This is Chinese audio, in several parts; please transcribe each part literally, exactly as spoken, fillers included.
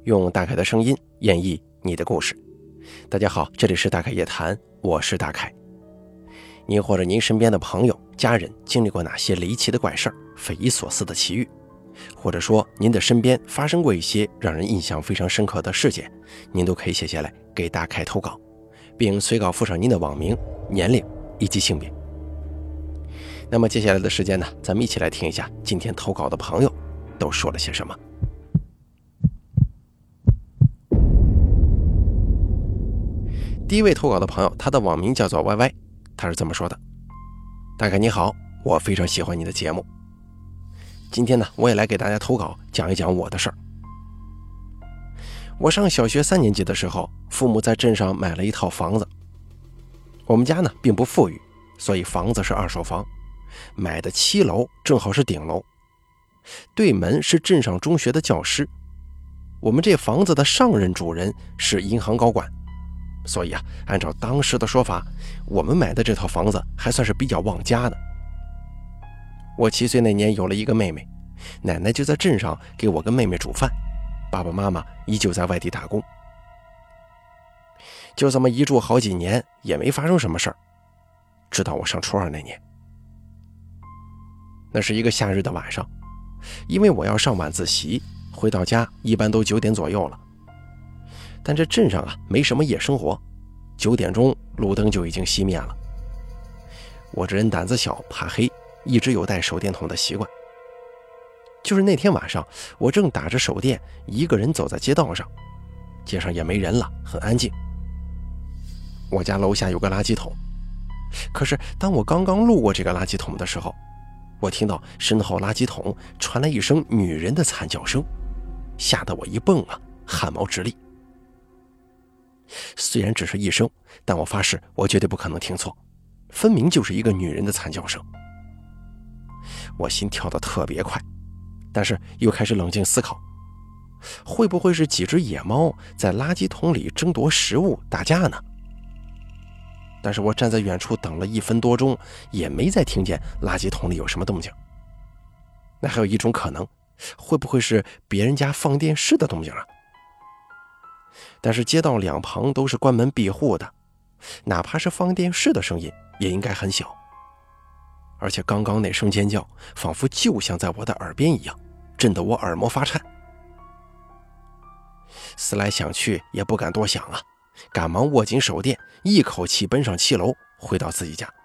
用大凯的声音演绎你的故事。大家好，这里是大凯夜谈，我是大凯。您或者您身边的朋友、家人经历过哪些离奇的怪事儿、匪夷所思的奇遇，或者说您的身边发生过一些让人印象非常深刻的事件，您都可以写下来给大凯投稿，并随稿附上您的网名、年龄以及性别。那么接下来的时间呢，咱们一起来听一下今天投稿的朋友都说了些什么。第一位投稿的朋友，他的网名叫做 Y Y， 他是这么说的：大概你好，我非常喜欢你的节目。今天呢，我也来给大家投稿，讲一讲我的事儿。我上小学三年级的时候，父母在镇上买了一套房子。我们家呢并不富裕，所以房子是二手房，买的七楼正好是顶楼，对门是镇上中学的教师。我们这房子的上任主人是银行高管，所以啊，按照当时的说法，我们买的这套房子还算是比较旺家的。我七岁那年有了一个妹妹，奶奶就在镇上给我跟妹妹煮饭，爸爸妈妈依旧在外地打工。就这么一住好几年，也没发生什么事儿，直到我上初二那年。那是一个夏日的晚上，因为我要上晚自习，回到家一般都九点左右了。但这镇上啊没什么夜生活，九点钟路灯就已经熄灭了。我这人胆子小，怕黑，一直有带手电筒的习惯。就是那天晚上，我正打着手电，一个人走在街道上，街上也没人了，很安静。我家楼下有个垃圾桶，可是当我刚刚路过这个垃圾桶的时候，我听到身后垃圾桶传来一声女人的惨叫声，吓得我一蹦啊，汗毛直立。虽然只是一声，但我发誓我绝对不可能听错，分明就是一个女人的惨叫声。我心跳得特别快，但是又开始冷静思考，会不会是几只野猫在垃圾桶里争夺食物打架呢？但是我站在远处等了一分多钟，也没再听见垃圾桶里有什么动静。那还有一种可能，会不会是别人家放电视的动静啊？但是街道两旁都是关门闭户的，哪怕是放电视的声音也应该很小。而且刚刚那声尖叫仿佛就像在我的耳边一样，震得我耳膜发颤。思来想去也不敢多想啊，赶忙握紧手电，一口气奔上七楼，回到自己家。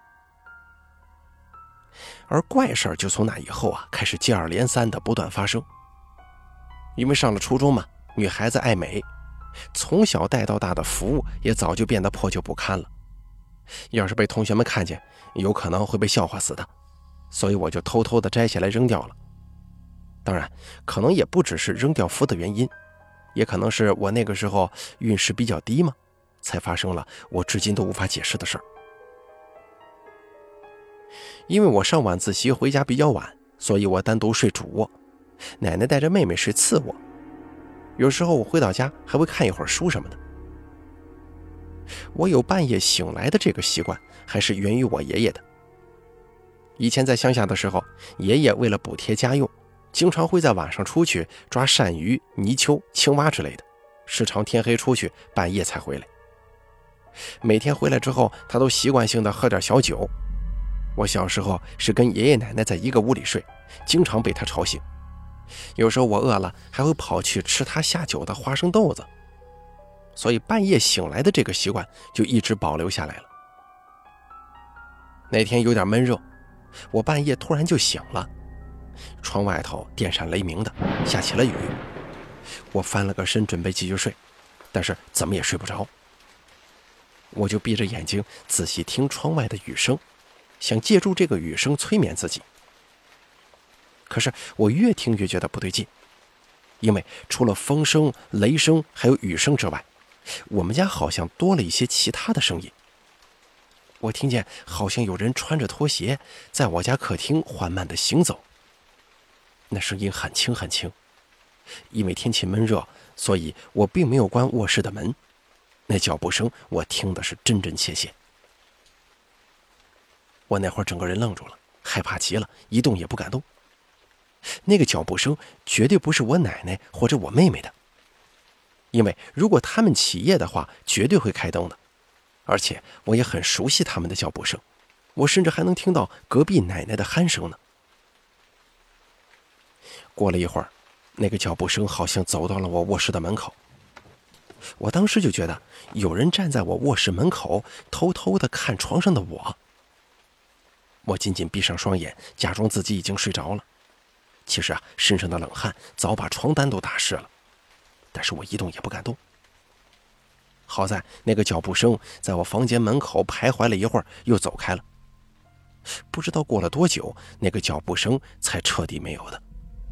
而怪事儿就从那以后啊，开始接二连三的不断发生。因为上了初中嘛，女孩子爱美，从小带到大的服也早就变得破旧不堪了。要是被同学们看见，有可能会被笑话死的，所以我就偷偷的摘下来扔掉了。当然，可能也不只是扔掉服的原因，也可能是我那个时候运势比较低嘛，才发生了我至今都无法解释的事儿。因为我上晚自习回家比较晚，所以我单独睡主卧，奶奶带着妹妹睡次卧。有时候我回到家还会看一会儿书什么的。我有半夜醒来的这个习惯，还是源于我爷爷的。以前在乡下的时候，爷爷为了补贴家用，经常会在晚上出去抓鳝鱼、泥鳅、青蛙之类的，时常天黑出去，半夜才回来。每天回来之后，他都习惯性的喝点小酒。我小时候是跟爷爷奶奶在一个屋里睡，经常被他吵醒。有时候我饿了，还会跑去吃他下酒的花生豆子，所以半夜醒来的这个习惯就一直保留下来了。那天有点闷热，我半夜突然就醒了，窗外头电闪雷鸣的，下起了雨。我翻了个身准备继续睡，但是怎么也睡不着。我就闭着眼睛仔细听窗外的雨声，想借助这个雨声催眠自己。可是我越听越觉得不对劲，因为除了风声、雷声还有雨声之外，我们家好像多了一些其他的声音。我听见好像有人穿着拖鞋在我家客厅缓慢地行走，那声音很轻很轻。因为天气闷热，所以我并没有关卧室的门，那脚步声我听的是真真切切。我那会儿整个人愣住了，害怕极了，一动也不敢动。那个脚步声绝对不是我奶奶或者我妹妹的， 因为如果他们起夜的话，绝对会开灯的。而且我也很熟悉他们的脚步声，我甚至还能听到隔壁奶奶的鼾声呢。过了一会儿，那个脚步声好像走到了我卧室的门口。我当时就觉得有人站在我卧室门口，偷偷地看床上的我。我紧紧闭上双眼，假装自己已经睡着了。其实啊，身上的冷汗早把床单都打湿了，但是我一动也不敢动。好在那个脚步声在我房间门口徘徊了一会儿，又走开了。不知道过了多久，那个脚步声才彻底没有的。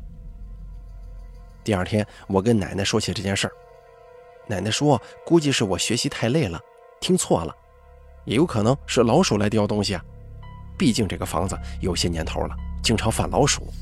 第二天，我跟奶奶说起这件事儿，奶奶说估计是我学习太累了，听错了，也有可能是老鼠来叼东西啊，毕竟这个房子有些年头了，经常犯老鼠。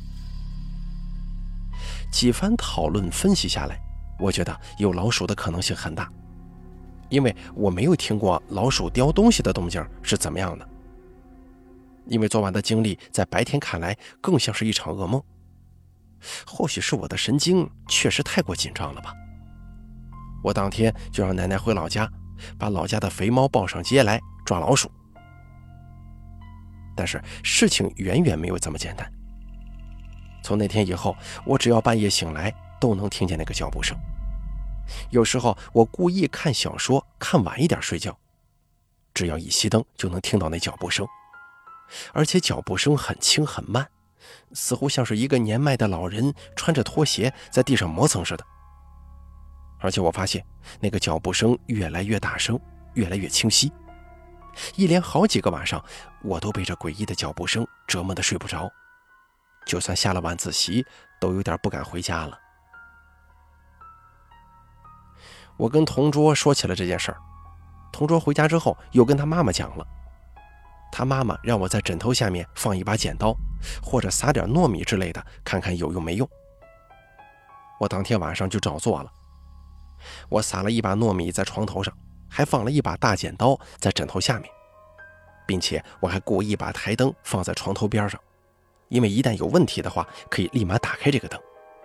几番讨论分析下来，我觉得有老鼠的可能性很大，因为我没有听过老鼠叼东西的动静是怎么样的。因为昨晚的经历在白天看来更像是一场噩梦，或许是我的神经确实太过紧张了吧。我当天就让奶奶回老家，把老家的肥猫抱上街来抓老鼠。但是事情远远没有这么简单。从那天以后，我只要半夜醒来都能听见那个脚步声。有时候我故意看小说看晚一点睡觉，只要一熄灯就能听到那脚步声，而且脚步声很轻很慢，似乎像是一个年迈的老人穿着拖鞋在地上磨蹭似的。而且我发现那个脚步声越来越大声，越来越清晰。一连好几个晚上，我都被这诡异的脚步声折磨得睡不着，就算下了晚自习都有点不敢回家了。我跟同桌说起了这件事儿，同桌回家之后又跟他妈妈讲了。他妈妈让我在枕头下面放一把剪刀，或者撒点糯米之类的，看看有用没用。我当天晚上就照做了。我撒了一把糯米在床头上，还放了一把大剪刀在枕头下面，并且我还故意把台灯放在床头边上，因为一旦有问题的话，可以立马打开这个灯。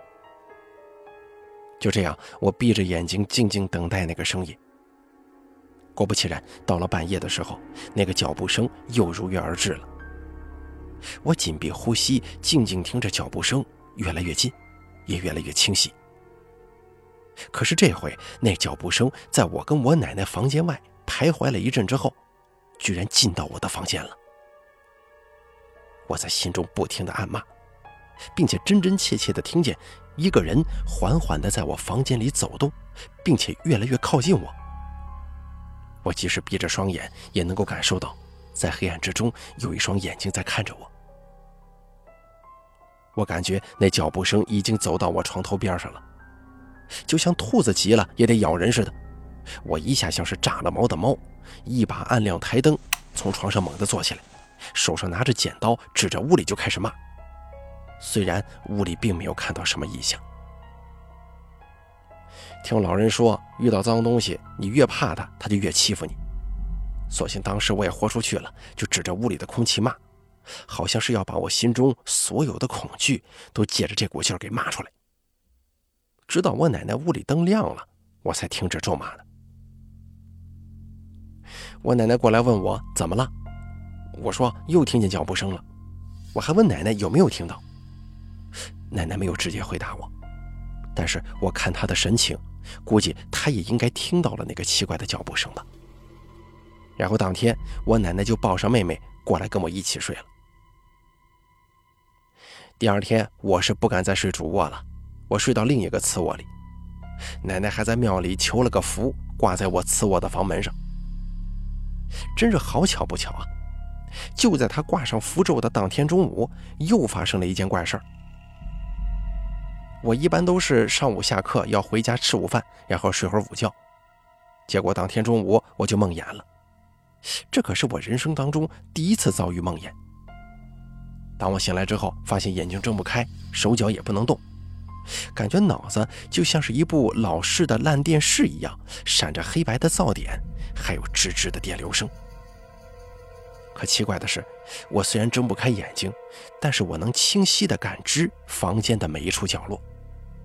就这样，我闭着眼睛静静等待那个声音。果不其然，到了半夜的时候，那个脚步声又如约而至了。我紧闭呼吸，静静听着脚步声越来越近，也越来越清晰。可是这回那脚步声在我跟我奶奶房间外徘徊了一阵之后，居然进到我的房间了。我在心中不停地暗骂，并且真真切切地听见一个人缓缓地在我房间里走动，并且越来越靠近我。我即使闭着双眼，也能够感受到在黑暗之中有一双眼睛在看着我。我感觉那脚步声已经走到我床头边上了，就像兔子急了也得咬人似的。我一下像是炸了毛的猫，一把按亮台灯，从床上猛地坐起来，手上拿着剪刀指着屋里就开始骂。虽然屋里并没有看到什么异象。听老人说，遇到脏东西你越怕它，它就越欺负你。所幸当时我也豁出去了，就指着屋里的空气骂，好像是要把我心中所有的恐惧都借着这股劲儿给骂出来。直到我奶奶屋里灯亮了，我才停止咒骂的。我奶奶过来问我怎么了，我说又听见脚步声了。我还问奶奶有没有听到，奶奶没有直接回答我，但是我看她的神情，估计她也应该听到了那个奇怪的脚步声吧。然后当天我奶奶就抱上妹妹过来跟我一起睡了。第二天我是不敢再睡主卧了，我睡到另一个次卧里。奶奶还在庙里求了个符，挂在我次卧的房门上。真是好巧不巧啊，就在她挂上符咒的当天中午，又发生了一件怪事儿。我一般都是上午下课要回家吃午饭，然后睡会儿午觉，结果当天中午我就梦魇了。这可是我人生当中第一次遭遇梦魇。当我醒来之后，发现眼睛睁不开，手脚也不能动，感觉脑子就像是一部老式的烂电视一样，闪着黑白的噪点，还有吱吱的电流声。可奇怪的是，我虽然睁不开眼睛，但是我能清晰地感知房间的每一处角落。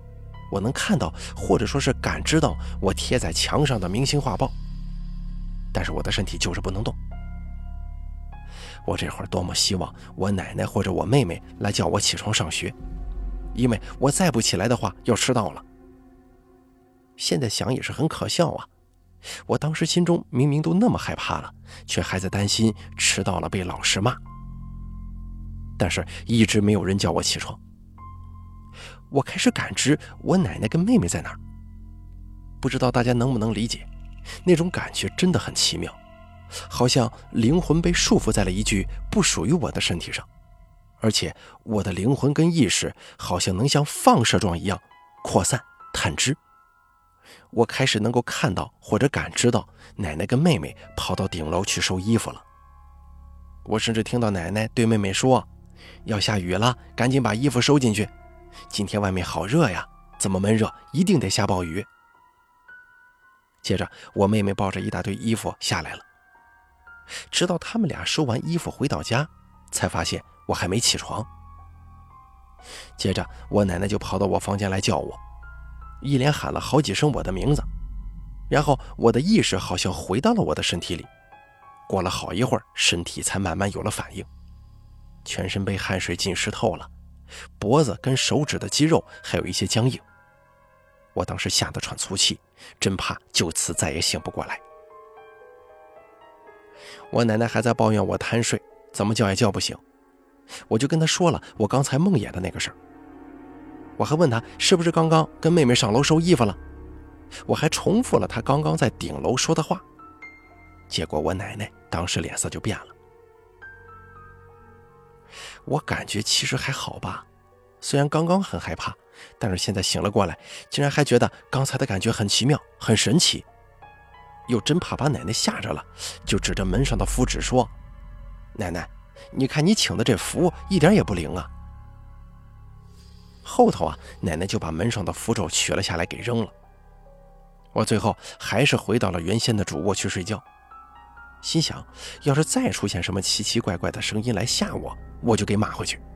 我能看到或者说是感知到我贴在墙上的明星画报，但是我的身体就是不能动。我这会儿多么希望我奶奶或者我妹妹来叫我起床上学，因为我再不起来的话要迟到了。现在想也是很可笑啊，我当时心中明明都那么害怕了，却还在担心迟到了被老师骂。但是一直没有人叫我起床。我开始感知我奶奶跟妹妹在哪儿，不知道大家能不能理解，那种感觉真的很奇妙，好像灵魂被束缚在了一具不属于我的身体上，而且我的灵魂跟意识好像能像放射状一样扩散探知。我开始能够看到或者感知到奶奶跟妹妹跑到顶楼去收衣服了。我甚至听到奶奶对妹妹说，要下雨了，赶紧把衣服收进去，今天外面好热呀，这么闷热，一定得下暴雨。接着我妹妹抱着一大堆衣服下来了，直到他们俩收完衣服回到家，才发现我还没起床。接着我奶奶就跑到我房间来叫我，一连喊了好几声我的名字，然后我的意识好像回到了我的身体里，过了好一会儿，身体才慢慢有了反应，全身被汗水浸湿透了，脖子跟手指的肌肉还有一些僵硬。我当时吓得喘粗气，真怕就此再也醒不过来。我奶奶还在抱怨我贪睡，怎么叫也叫不醒，我就跟她说了我刚才梦魇的那个事儿。我还问她是不是刚刚跟妹妹上楼收衣服了，我还重复了她刚刚在顶楼说的话。结果我奶奶当时脸色就变了。我感觉其实还好吧，虽然刚刚很害怕，但是现在醒了过来，竟然还觉得刚才的感觉很奇妙，很神奇。又真怕把奶奶吓着了，就指着门上的符纸说，奶奶，你看你请的这符一点也不灵啊。后头啊，奶奶就把门上的符咒取了下来给扔了。我最后还是回到了原先的主卧去睡觉，心想要是再出现什么奇奇怪怪的声音来吓我，我就给骂回去。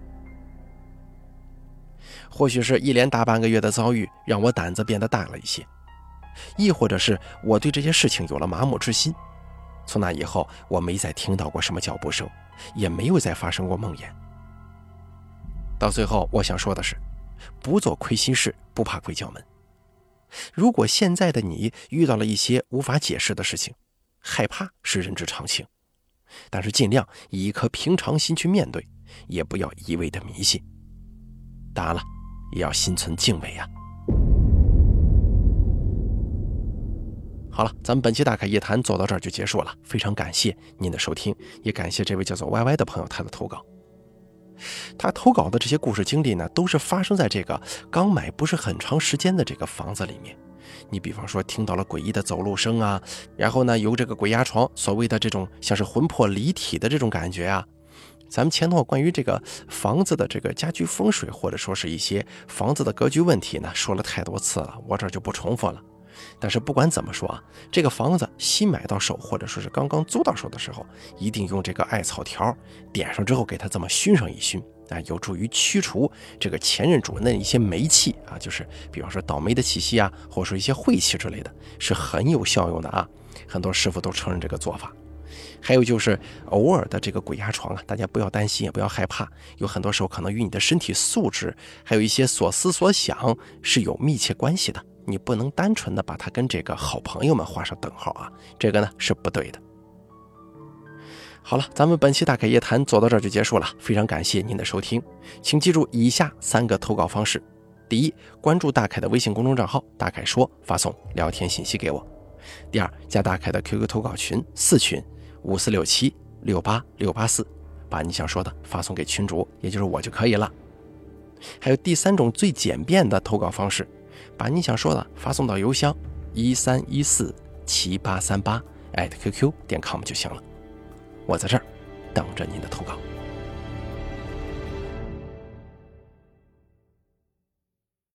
或许是一连大半个月的遭遇让我胆子变得大了一些，亦或者是我对这些事情有了麻木之心，从那以后我没再听到过什么脚步声，也没有再发生过梦魇。到最后我想说的是，不做亏心事，不怕鬼叫门。如果现在的你遇到了一些无法解释的事情，害怕是人之常情，但是尽量以一颗平常心去面对，也不要一味的迷信。当然了，也要心存敬畏啊。好了，咱们本期大凯夜谈做到这儿就结束了，非常感谢您的收听，也感谢这位叫做 Y Y 的朋友他的投稿。他投稿的这些故事经历呢，都是发生在这个刚买不是很长时间的这个房子里面。你比方说听到了诡异的走路声啊，然后呢有这个鬼压床，所谓的这种像是魂魄离体的这种感觉啊。咱们前头关于这个房子的这个家居风水，或者说是一些房子的格局问题呢，说了太多次了，我这就不重复了。但是不管怎么说啊，这个房子新买到手或者说是刚刚租到手的时候，一定用这个艾草条点上之后给它这么熏上一熏啊，有助于驱除这个前任主人的一些霉气啊，就是比方说倒霉的气息啊，或者说一些晦气之类的，是很有效用的啊。很多师傅都承认这个做法。还有就是偶尔的这个鬼压床啊，大家不要担心，也不要害怕，有很多时候可能与你的身体素质还有一些所思所想是有密切关系的，你不能单纯的把它跟这个好朋友们画上等号啊，这个呢是不对的。好了，咱们本期大凯夜谈做到这儿就结束了，非常感谢您的收听，请记住以下三个投稿方式：第一，关注大凯的微信公众账号大凯说，发送聊天信息给我；第二，加大凯的 Q Q 投稿群四群五四六七六八六八四，把你想说的发送给群主，也就是我就可以了。还有第三种最简便的投稿方式，把你想说的发送到邮箱一三一四七八三八 at qq 点 com 就行了。我在这儿等着您的投稿。